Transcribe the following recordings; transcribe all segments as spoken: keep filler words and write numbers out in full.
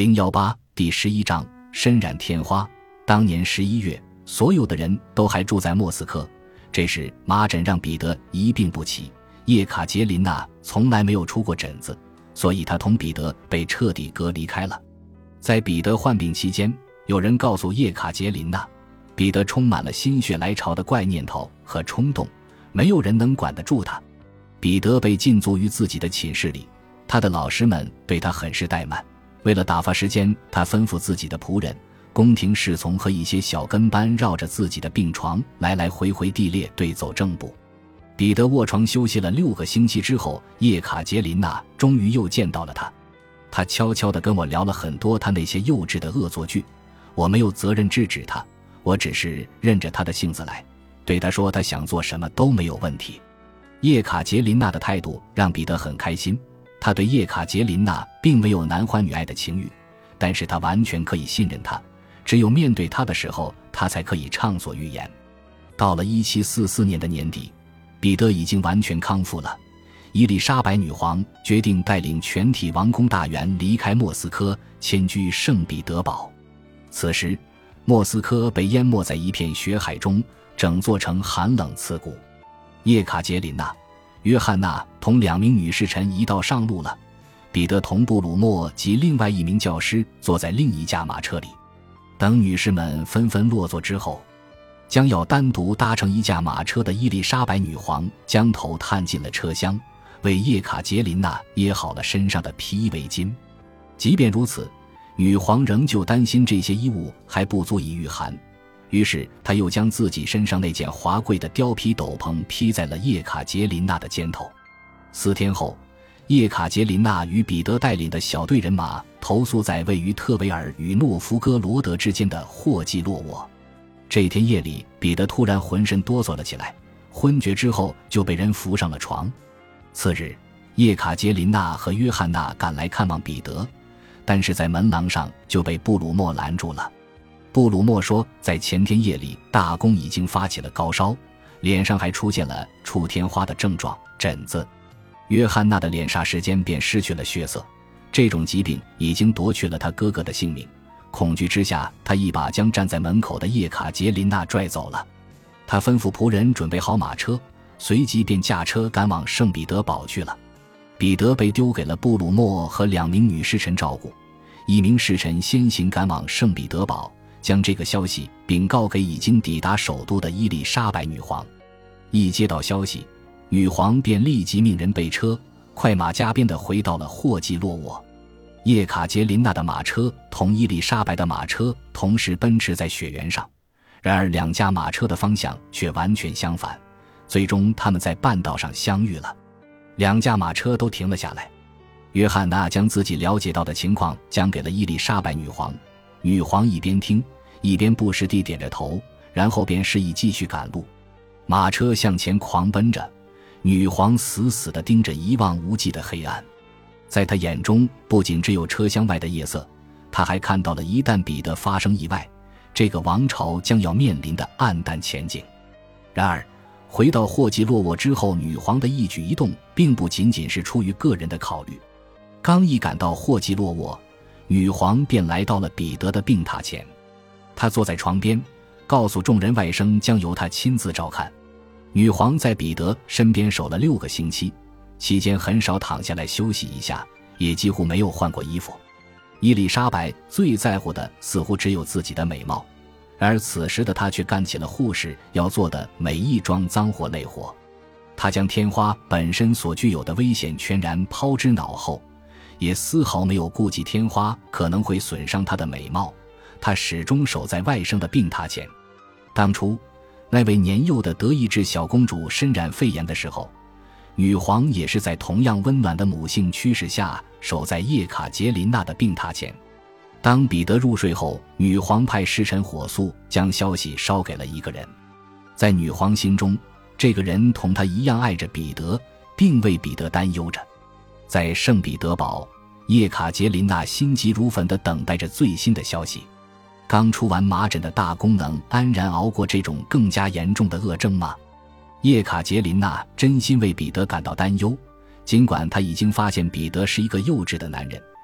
零一八第十一章深染天花。当年十一月，所有的人都还住在莫斯科。这时麻疹让彼得一病不起，叶卡捷琳娜从来没有出过疹子，所以她同彼得被彻底隔离开了。在彼得患病期间，有人告诉叶卡捷琳娜，彼得充满了心血来潮的怪念头和冲动，没有人能管得住他。彼得被禁足于自己的寝室里，他的老师们对他很是怠慢。为了打发时间，他吩咐自己的仆人、宫廷侍从和一些小跟班绕着自己的病床来来回回地列对走正步。彼得卧床休息了六个星期之后，叶卡捷琳娜终于又见到了他。他悄悄地跟我聊了很多他那些幼稚的恶作剧，我没有责任制止他，我只是任着他的性子来，对他说他想做什么都没有问题。叶卡捷琳娜的态度让彼得很开心，他对叶卡捷琳娜并没有男欢女爱的情欲，但是他完全可以信任她，只有面对她的时候，他才可以畅所欲言。到了一七四四年的年底，彼得已经完全康复了。伊丽莎白女皇决定带领全体王公大员离开莫斯科，迁居圣彼得堡。此时莫斯科被淹没在一片血海中，整座城寒冷刺骨。叶卡捷琳娜、约翰娜同两名女侍臣一道上路了，彼得同布鲁默及另外一名教师坐在另一架马车里。等女士们纷纷落座之后，将要单独搭乘一架马车的伊丽莎白女皇将头探进了车厢，为叶卡捷琳娜掖好了身上的皮衣围巾。即便如此，女皇仍旧担心这些衣物还不足以御寒，于是她又将自己身上那件华贵的貂皮斗篷披在了叶卡捷琳娜的肩头。四天后，叶卡捷琳娜与彼得带领的小队人马投宿在位于特维尔与诺夫哥罗德之间的霍季洛沃。这天夜里，彼得突然浑身哆嗦了起来，昏厥之后就被人扶上了床。次日，叶卡捷琳娜和约翰娜赶来看望彼得，但是在门廊上就被布鲁默拦住了。布鲁默说，在前天夜里大公已经发起了高烧，脸上还出现了触天花的症状，疹子。约翰娜的脸霎时间便失去了血色，这种疾病已经夺去了他哥哥的性命。恐惧之下，他一把将站在门口的叶卡捷琳娜拽走了。他吩咐仆人准备好马车，随即便驾车赶往圣彼得堡去了。彼得被丢给了布鲁默和两名女侍臣照顾，一名侍臣先行赶往圣彼得堡，将这个消息禀告给已经抵达首都的伊丽莎白女皇。一接到消息，女皇便立即命人备车，快马加鞭地回到了霍季洛沃。叶卡捷琳娜的马车同伊丽莎白的马车同时奔驰在雪原上，然而两架马车的方向却完全相反，最终他们在半道上相遇了。两架马车都停了下来。约翰娜将自己了解到的情况讲给了伊丽莎白女皇，女皇一边听一边不时地点着头，然后便示意继续赶路。马车向前狂奔着，女皇死死地盯着一望无际的黑暗。在她眼中不仅只有车厢外的夜色，她还看到了一旦彼得发生意外，这个王朝将要面临的暗淡前景。然而回到霍季洛沃之后，女皇的一举一动并不仅仅是出于个人的考虑。刚一赶到霍季洛沃，女皇便来到了彼得的病榻前。她坐在床边，告诉众人外甥将由她亲自照看。女皇在彼得身边守了六个星期，期间很少躺下来休息一下，也几乎没有换过衣服。伊丽莎白最在乎的似乎只有自己的美貌，然而此时的她却干起了护士要做的每一桩脏活累活。她将天花本身所具有的危险全然抛之脑后，也丝毫没有顾及天花可能会损伤她的美貌。她始终守在外甥的病榻前。当初那位年幼的德意志小公主身染肺炎的时候，女皇也是在同样温暖的母性驱使下守在叶卡捷琳娜的病榻前。当彼得入睡后，女皇派侍臣火速将消息捎给了一个人。在女皇心中，这个人同她一样爱着彼得，并为彼得担忧着。在圣彼得堡，叶卡捷琳娜心急如焚地等待着最新的消息。刚出完麻疹的大公能安然熬过这种更加严重的恶症吗？叶卡捷琳娜真心为彼得感到担忧，尽管她已经发现彼得是一个幼稚的男人，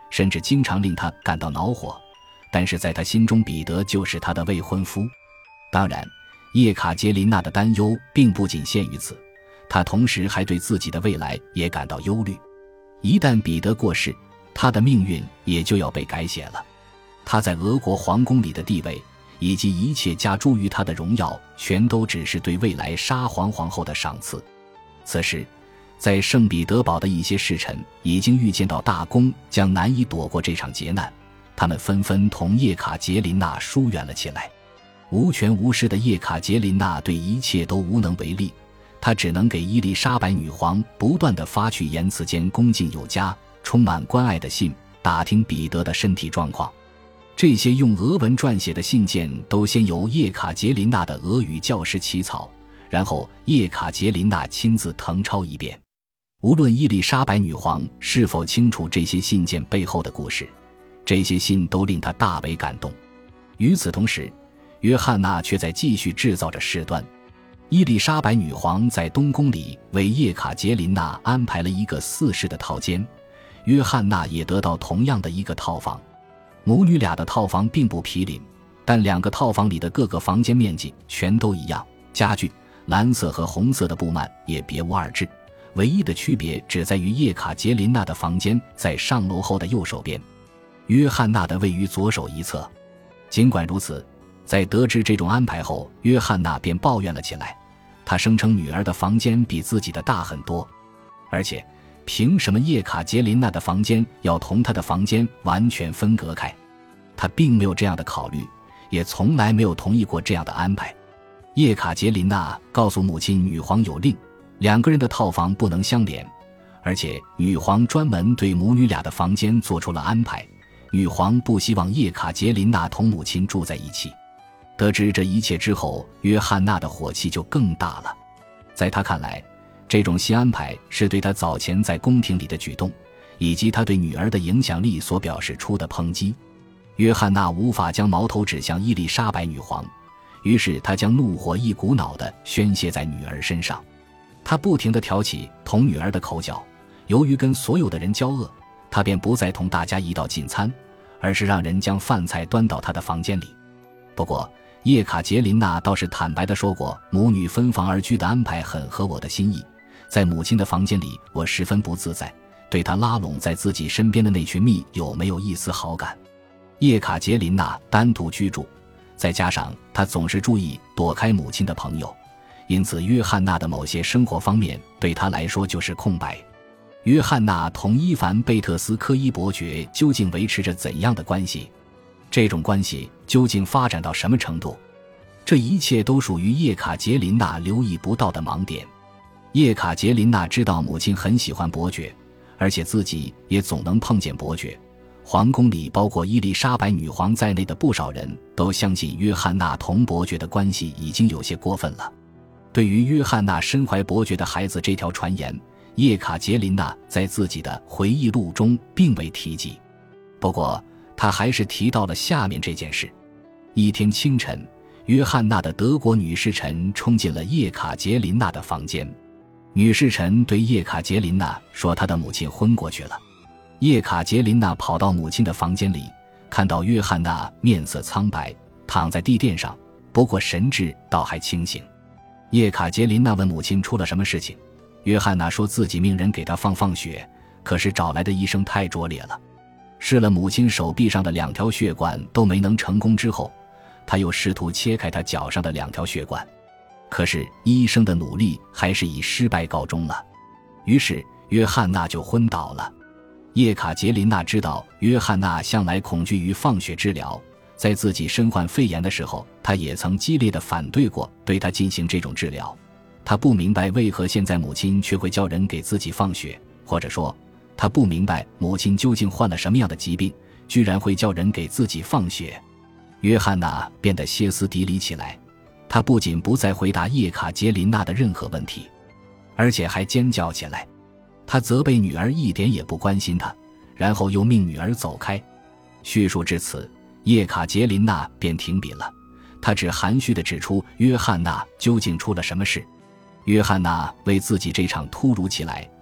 甚至经常令他感到恼火，但是在他心中，彼得就是他的未婚夫。当然，叶卡捷琳娜的担忧并不仅限于此，她同时还对自己的未来也感到忧虑。一旦彼得过世，他的命运也就要被改写了。他在俄国皇宫里的地位，以及一切加诸于他的荣耀，全都只是对未来沙皇皇后的赏赐。此时，在圣彼得堡的一些侍臣已经预见到大公将难以躲过这场劫难，他们纷纷同叶卡捷琳娜疏远了起来。无权无势的叶卡捷琳娜对一切都无能为力，她只能给伊丽莎白女皇不断地发去言辞间恭敬有加、充满关爱的信，打听彼得的身体状况。这些用俄文撰写的信件都先由叶卡捷琳娜的俄语教师起草，然后叶卡捷琳娜亲自誊抄一遍。无论伊丽莎白女皇是否清楚这些信件背后的故事，这些信都令她大为感动。与此同时，约翰娜却在继续制造着事端。伊丽莎白女皇在东宫里为叶卡捷琳娜安排了一个四室的套间，约翰娜也得到同样的一个套房。母女俩的套房并不毗邻，但两个套房里的各个房间面积全都一样，家具、蓝色和红色的布幔也别无二致，唯一的区别只在于叶卡捷琳娜的房间在上楼后的右手边，约翰娜的位于左手一侧。尽管如此，在得知这种安排后，约翰娜便抱怨了起来。她声称女儿的房间比自己的大很多，而且凭什么叶卡捷琳娜的房间要同她的房间完全分隔开？她并没有这样的考虑，也从来没有同意过这样的安排。叶卡捷琳娜告诉母亲，女皇有令，两个人的套房不能相连，而且女皇专门对母女俩的房间做出了安排。女皇不希望叶卡捷琳娜同母亲住在一起。得知这一切之后，约翰娜的火气就更大了。在她看来，这种新安排是对她早前在宫廷里的举动，以及她对女儿的影响力所表示出的抨击。约翰娜无法将矛头指向伊丽莎白女皇，于是她将怒火一股脑地宣泄在女儿身上。她不停地挑起同女儿的口角，由于跟所有的人交恶，她便不再同大家一道进餐，而是让人将饭菜端到她的房间里。不过叶卡捷琳娜倒是坦白地说过，母女分房而居的安排很合我的心意，在母亲的房间里我十分不自在，对她拉拢在自己身边的那群蜜有没有一丝好感。叶卡捷琳娜单独居住，再加上她总是注意躲开母亲的朋友，因此约翰娜的某些生活方面对她来说就是空白。约翰娜同伊凡贝特斯科伊伯爵究竟维持着怎样的关系？这种关系究竟发展到什么程度？这一切都属于叶卡捷琳娜留意不到的盲点。叶卡捷琳娜知道母亲很喜欢伯爵，而且自己也总能碰见伯爵。皇宫里包括伊丽莎白女皇在内的不少人都相信约翰娜同伯爵的关系已经有些过分了。对于约翰娜身怀伯爵的孩子这条传言，叶卡捷琳娜在自己的回忆录中并未提及，不过她还是提到了下面这件事。一天清晨，约翰娜的德国女侍臣冲进了叶卡捷琳娜的房间。女侍臣对叶卡捷琳娜说她的母亲昏过去了。叶卡捷琳娜跑到母亲的房间里，看到约翰娜面色苍白，躺在地垫上，不过神志倒还清醒。叶卡捷琳娜问母亲出了什么事情，约翰娜说自己命人给她放放血，可是找来的医生太拙劣了。试了母亲手臂上的两条血管都没能成功之后，他又试图切开她脚上的两条血管，可是医生的努力还是以失败告终了。于是约翰娜就昏倒了。叶卡捷琳娜知道约翰娜向来恐惧于放血治疗，在自己身患肺炎的时候，她也曾激烈地反对过对她进行这种治疗。她不明白为何现在母亲却会叫人给自己放血，或者说她不明白母亲究竟患了什么样的疾病，居然会叫人给自己放血。约翰娜变得歇斯底里起来，她不仅不再回答叶卡捷琳娜的任何问题，而且还尖叫起来。她责备女儿一点也不关心她，然后又命女儿走开。叙述至此，叶卡捷琳娜便停笔了，她只含蓄地指出约翰娜究竟出了什么事。约翰娜为自己这场突如其来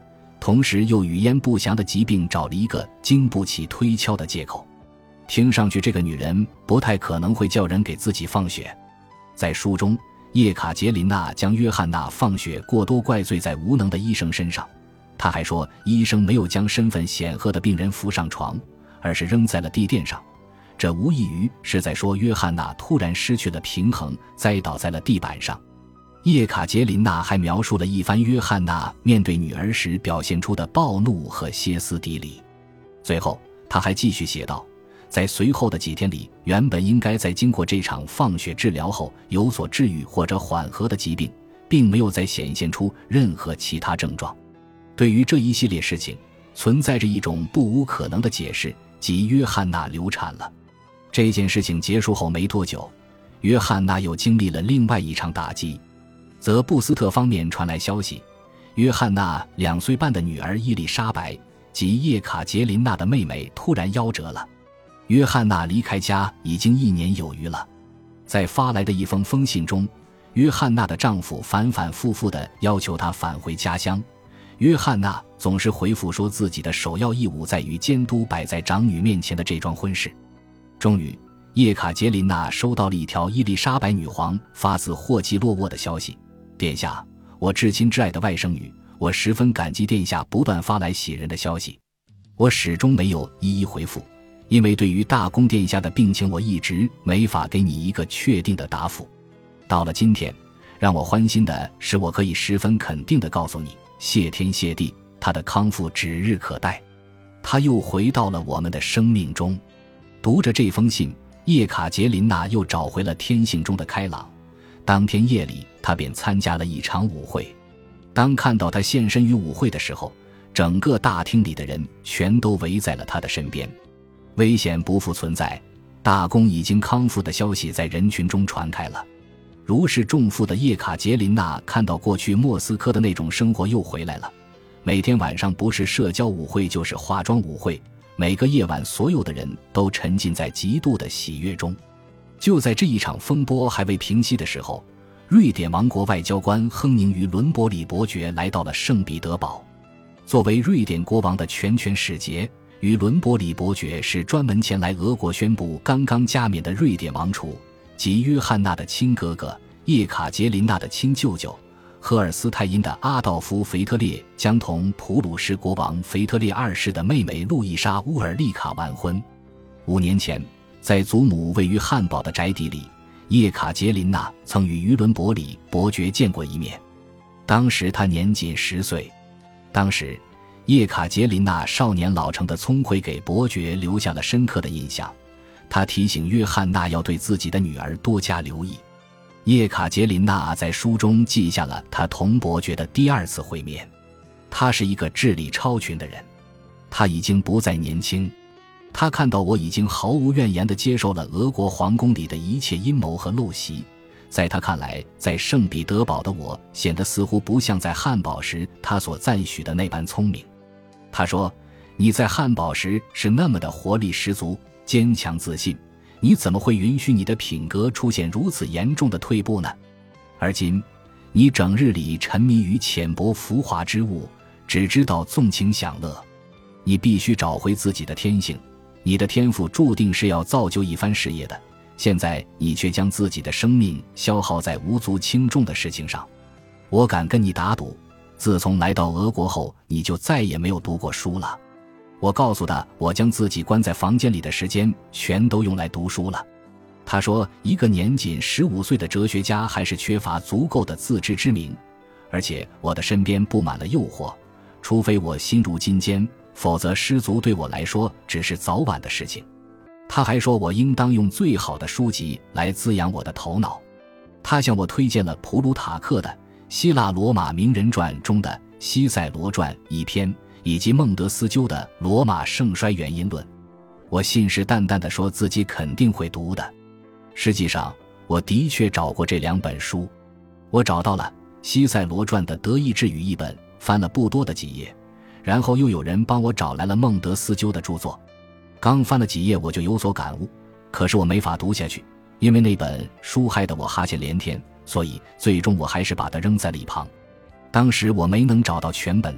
同时又语焉不详的疾病找了一个经不起推敲的借口。听上去这个女人不太可能会叫人给自己放血。在书中，叶卡捷琳娜将约翰娜放血过多怪罪在无能的医生身上。她还说医生没有将身份显赫的病人扶上床，而是扔在了地垫上，这无异于是在说约翰娜突然失去了平衡，栽倒在了地板上。叶卡捷琳娜还描述了一番约翰娜面对女儿时表现出的暴怒和歇斯底里。最后她还继续写道，在随后的几天里，原本应该在经过这场放血治疗后有所治愈或者缓和的疾病，并没有再显现出任何其他症状。对于这一系列事情，存在着一种不无可能的解释，即约翰娜流产了。这件事情结束后没多久，约翰娜又经历了另外一场打击。则布斯特方面传来消息，约翰娜两岁半的女儿伊丽莎白及叶卡捷琳娜的妹妹突然夭折了。约翰娜离开家已经一年有余了。在发来的一封封信中，约翰娜的丈夫反反复复地要求她返回家乡，约翰娜总是回复说自己的首要义务在于监督摆在长女面前的这桩婚事。终于，叶卡捷琳娜收到了一条伊丽莎白女皇发自霍基洛沃的消息：殿下，我至亲至爱的外甥女，我十分感激殿下不断发来喜人的消息。我始终没有一一回复，因为对于大公殿下的病情，我一直没法给你一个确定的答复。到了今天，让我欢心的是，我可以十分肯定地告诉你，谢天谢地，他的康复指日可待。他又回到了我们的生命中。读着这封信，叶卡捷琳娜又找回了天性中的开朗。当天夜里，他便参加了一场舞会。当看到他现身于舞会的时候，整个大厅里的人全都围在了他的身边。危险不复存在，大公已经康复的消息在人群中传开了。如释重负的叶卡捷琳娜看到过去莫斯科的那种生活又回来了，每天晚上不是社交舞会就是化妆舞会，每个夜晚所有的人都沉浸在极度的喜悦中。就在这一场风波还未平息的时候，瑞典王国外交官亨宁于伦伯里伯爵来到了圣彼得堡。作为瑞典国王的全权使节，于伦伯里伯爵是专门前来俄国宣布刚刚加冕的瑞典王储及约翰娜的亲哥哥，叶卡捷琳娜的亲舅舅，赫尔斯泰因的阿道夫·腓特烈将同普鲁士国王腓特烈二世的妹妹路易莎·乌尔利卡完婚。五年前，在祖母位于汉堡的宅邸里，叶卡捷琳娜曾与于伦伯里伯爵见过一面。当时他年仅十岁。当时叶卡捷琳娜少年老成的聪慧给伯爵留下了深刻的印象。他提醒约翰娜要对自己的女儿多加留意。叶卡捷琳娜在书中记下了她同伯爵的第二次会面。他是一个智力超群的人，他已经不再年轻。他看到我已经毫无怨言地接受了俄国皇宫里的一切阴谋和陋习，在他看来，在圣彼得堡的我显得似乎不像在汉堡时他所赞许的那般聪明。他说，你在汉堡时是那么的活力十足，坚强自信，你怎么会允许你的品格出现如此严重的退步呢？而今你整日里沉迷于浅薄浮华之物，只知道纵情享乐。你必须找回自己的天性，你的天赋注定是要造就一番事业的，现在你却将自己的生命消耗在无足轻重的事情上。我敢跟你打赌，自从来到俄国后，你就再也没有读过书了。我告诉他，我将自己关在房间里的时间全都用来读书了。他说，一个年仅十五岁的哲学家还是缺乏足够的自知之明，而且我的身边布满了诱惑，除非我心如金坚，否则失足对我来说只是早晚的事情。他还说，我应当用最好的书籍来滋养我的头脑。他向我推荐了普鲁塔克的《希腊罗马名人传》中的《西塞罗传》一篇，以及孟德斯鸠的《罗马盛衰原因论》。我信誓旦旦地说自己肯定会读的。实际上，我的确找过这两本书。我找到了《西塞罗传》的德意志语译本，翻了不多的几页，然后又有人帮我找来了孟德斯鸠的著作。刚翻了几页我就有所感悟，可是我没法读下去，因为那本书害得我哈欠连天，所以最终我还是把它扔在了一旁。当时我没能找到全本的，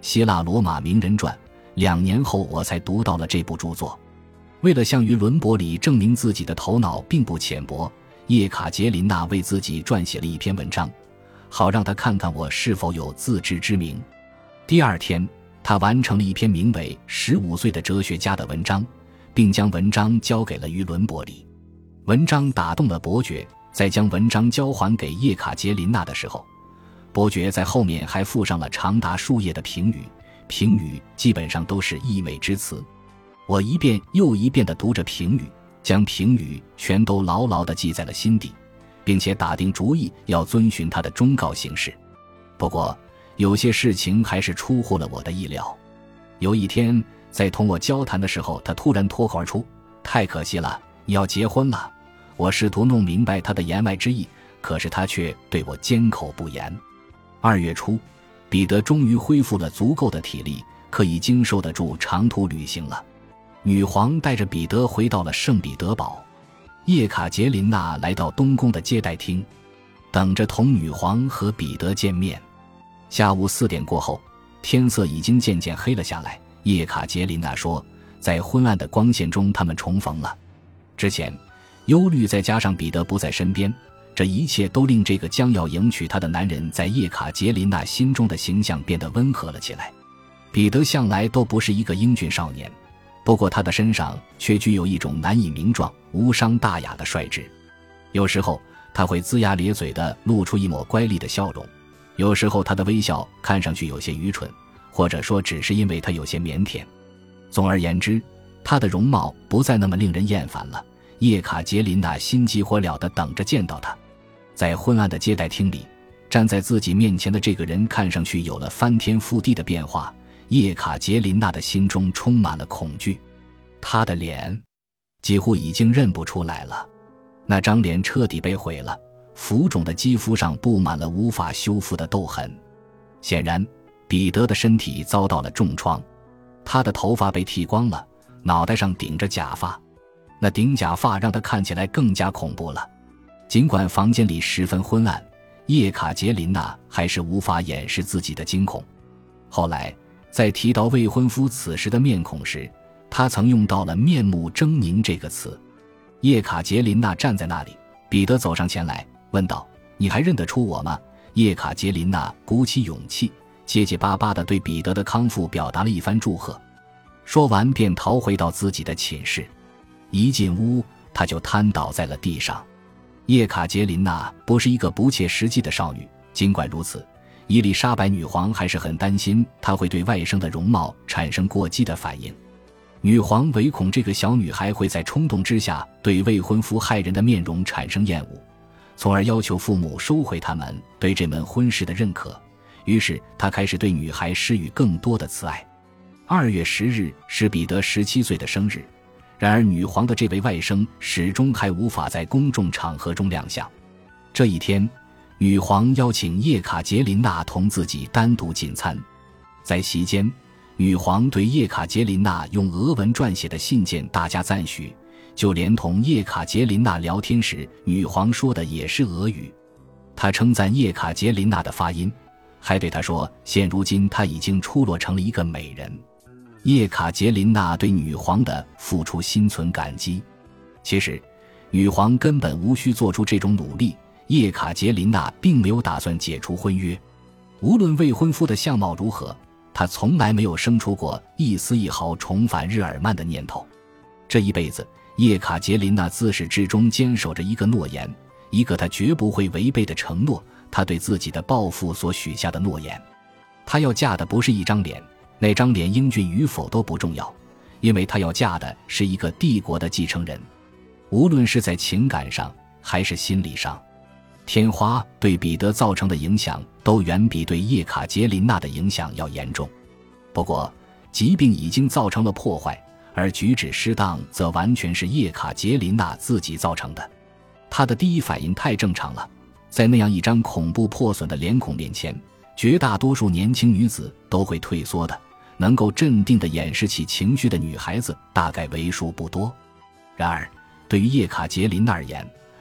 希腊罗马名人传，两年后我才读到了这部著作。为了向于伦伯里证明自己的头脑并不浅薄，叶卡捷琳娜为自己撰写了一篇文章，好让他看看我是否有自知之明。第二天，他完成了一篇名为《十五岁的哲学家》的文章，并将文章交给了于伦伯里。文章打动了伯爵，在将文章交还给叶卡捷琳娜的时候，伯爵在后面还附上了长达数页的评语，评语基本上都是溢美之词。我一遍又一遍地读着评语，将评语全都牢牢地记在了心底，并且打定主意要遵循他的忠告行事。不过有些事情还是出乎了我的意料。有一天在同我交谈的时候，他突然脱口而出：太可惜了，你要结婚了。我试图弄明白他的言外之意，可是他却对我缄口不言。二月初，彼得终于恢复了足够的体力，可以经受得住长途旅行了。女皇带着彼得回到了圣彼得堡，叶卡捷琳娜来到东宫的接待厅，等着同女皇和彼得见面。下午四点过后，天色已经渐渐黑了下来。叶卡捷琳娜说，在昏暗的光线中他们重逢了。之前忧虑再加上彼得不在身边，这一切都令这个将要迎娶她的男人在叶卡捷琳娜心中的形象变得温和了起来。彼得向来都不是一个英俊少年，不过他的身上却具有一种难以名状、无伤大雅的率直。有时候他会龇牙咧嘴地露出一抹乖戾的笑容，有时候他的微笑看上去有些愚蠢，或者说只是因为他有些腼腆。总而言之，他的容貌不再那么令人厌烦了。叶卡捷琳娜心急火燎地等着见到他。在昏暗的接待厅里，站在自己面前的这个人看上去有了翻天覆地的变化。叶卡捷琳娜的心中充满了恐惧，她的脸几乎已经认不出来了。那张脸彻底被毁了，浮肿的肌肤上布满了无法修复的痘痕。显然彼得的身体遭到了重创，他的头发被剃光了，脑袋上顶着假发，那顶假发让他看起来更加恐怖了。尽管房间里十分昏暗，叶卡捷琳娜还是无法掩饰自己的惊恐。后来在提到未婚夫此时的面孔时，他曾用到了面目狰狞这个词。叶卡捷琳娜站在那里，彼得走上前来问道：你还认得出我吗？叶卡捷琳娜鼓起勇气，结结巴巴地对彼得的康复表达了一番祝贺，说完便逃回到自己的寝室。一进屋，他就瘫倒在了地上。叶卡捷琳娜不是一个不切实际的少女，尽管如此，伊丽莎白女皇还是很担心她会对外甥的容貌产生过激的反应。女皇唯恐这个小女孩会在冲动之下对未婚夫骇人的面容产生厌恶，从而要求父母收回他们对这门婚事的认可。于是她开始对女孩施予更多的慈爱。二月十日是彼得十七岁的生日，然而女皇的这位外甥始终还无法在公众场合中亮相。这一天，女皇邀请叶卡捷琳娜同自己单独进餐。在席间，女皇对叶卡捷琳娜用俄文撰写的信件大加赞许，就连同叶卡捷琳娜聊天时，女皇说的也是俄语。她称赞叶卡捷琳娜的发音，还对她说现如今她已经出落成了一个美人。叶卡捷琳娜对女皇的付出心存感激。其实女皇根本无需做出这种努力，叶卡捷琳娜并没有打算解除婚约。无论未婚夫的相貌如何，她从来没有生出过一丝一毫重返日耳曼的念头。这一辈子，叶卡捷琳娜自始至终坚守着一个诺言，一个她绝不会违背的承诺，她对自己的抱负所许下的诺言。她要嫁的不是一张脸，那张脸英俊与否都不重要，因为她要嫁的是一个帝国的继承人，无论是在情感上还是心理上。天花对彼得造成的影响都远比对叶卡捷琳娜的影响要严重。不过疾病已经造成了破坏，而举止失当则完全是叶卡捷琳娜自己造成的。她的第一反应太正常了，在那样一张恐怖破损的脸孔面前，绝大多数年轻女子都会退缩的，能够镇定地掩饰起情绪的女孩子大概为数不多。然而对于叶卡捷琳娜而言，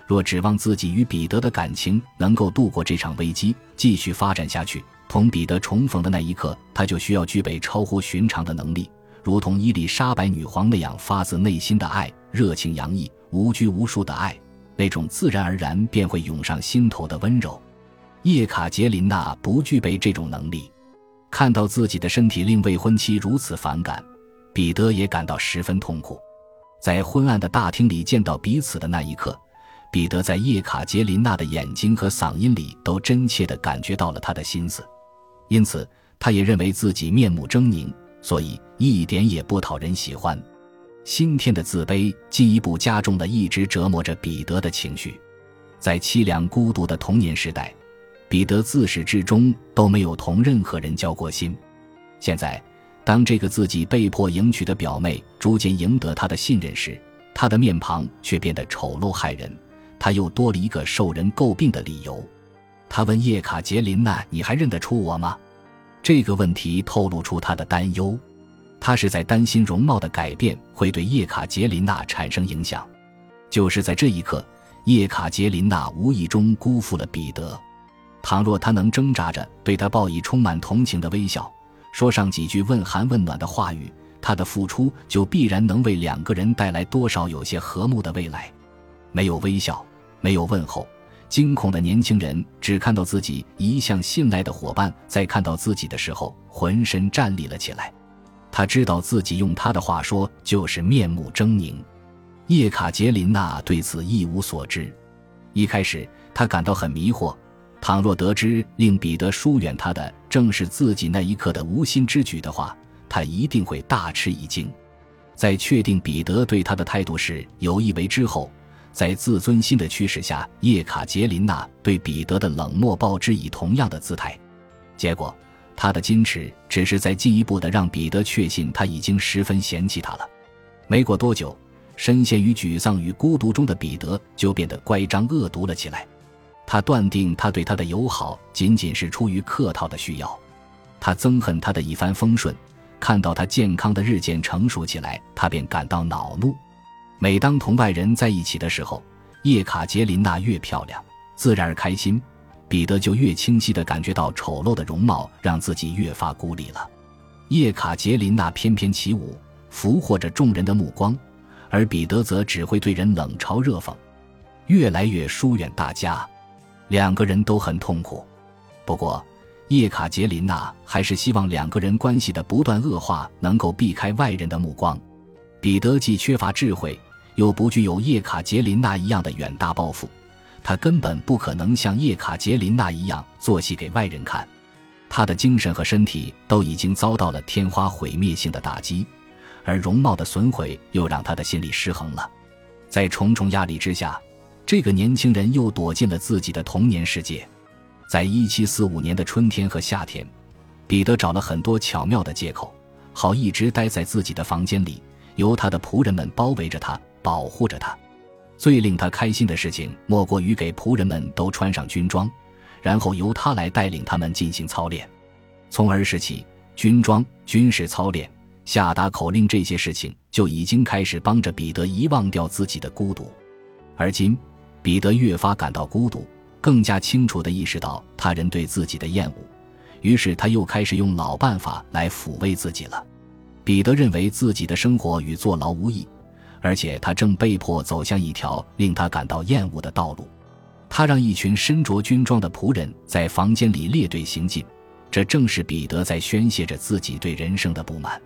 若指望自己与彼得的感情能够度过这场危机，继续发展下去，同彼得重逢的那一刻，他就需要具备超乎寻常的能力，如同伊丽莎白女皇那样发自内心的爱，热情洋溢，无拘无束的爱，那种自然而然便会涌上心头的温柔。叶卡捷琳娜不具备这种能力，看到自己的身体令未婚妻如此反感，彼得也感到十分痛苦。在昏暗的大厅里见到彼此的那一刻，彼得在叶卡捷琳娜的眼睛和嗓音里都真切地感觉到了她的心思，因此他也认为自己面目狰狞，所以一点也不讨人喜欢。新添的自卑进一步加重了一直折磨着彼得的情绪。在凄凉孤独的童年时代，彼得自始至终都没有同任何人交过心。现在当这个自己被迫迎娶的表妹逐渐赢得他的信任时，他的面庞却变得丑陋骇人，他又多了一个受人诟病的理由。他问叶卡捷琳娜：“你还认得出我吗？”这个问题透露出他的担忧，他是在担心容貌的改变会对叶卡捷琳娜产生影响。就是在这一刻，叶卡捷琳娜无意中辜负了彼得。倘若他能挣扎着对他报以充满同情的微笑，说上几句问寒问暖的话语，他的付出就必然能为两个人带来多少有些和睦的未来。没有微笑，没有问候，惊恐的年轻人只看到自己一向信赖的伙伴在看到自己的时候浑身站立了起来。他知道自己用他的话说就是面目狰狞。叶卡捷琳娜对此一无所知。一开始他感到很迷惑，倘若得知令彼得疏远他的正是自己那一刻的无心之举的话，他一定会大吃一惊。在确定彼得对他的态度是有意为之后，在自尊心的驱使下，叶卡捷琳娜对彼得的冷漠报之以同样的姿态。结果他的矜持只是在进一步地让彼得确信他已经十分嫌弃他了。没过多久，深陷于沮丧与孤独中的彼得就变得乖张恶毒了起来。他断定他对他的友好仅仅是出于客套的需要，他憎恨他的一帆风顺，看到他健康的日渐成熟起来，他便感到恼怒。每当同外人在一起的时候，叶卡捷琳娜越漂亮，自然而开心，彼得就越清晰地感觉到丑陋的容貌让自己越发孤立了。叶卡捷琳娜翩翩起舞，俘获着众人的目光，而彼得则只会对人冷嘲热讽，越来越疏远大家。两个人都很痛苦。不过叶卡捷琳娜还是希望两个人关系的不断恶化能够避开外人的目光。彼得既缺乏智慧，又不具有叶卡捷琳娜一样的远大抱负，他根本不可能像叶卡捷琳娜一样做戏给外人看。他的精神和身体都已经遭到了天花毁灭性的打击，而容貌的损毁又让他的心理失衡了。在重重压力之下，这个年轻人又躲进了自己的童年世界。在一七四五年的春天和夏天，彼得找了很多巧妙的借口，好一直待在自己的房间里，由他的仆人们包围着他，保护着他。最令他开心的事情莫过于给仆人们都穿上军装，然后由他来带领他们进行操练。从儿时起，军装、军事操练、下达口令这些事情就已经开始帮着彼得遗忘掉自己的孤独。而今彼得越发感到孤独，更加清楚地意识到他人对自己的厌恶，于是他又开始用老办法来抚慰自己了。彼得认为自己的生活与坐牢无异，而且他正被迫走向一条令他感到厌恶的道路。他让一群身着军装的仆人在房间里列队行进，这正是彼得在宣泄着自己对人生的不满。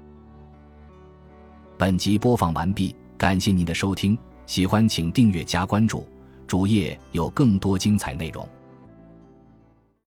本集播放完毕，感谢您的收听，喜欢请订阅加关注，主页有更多精彩内容。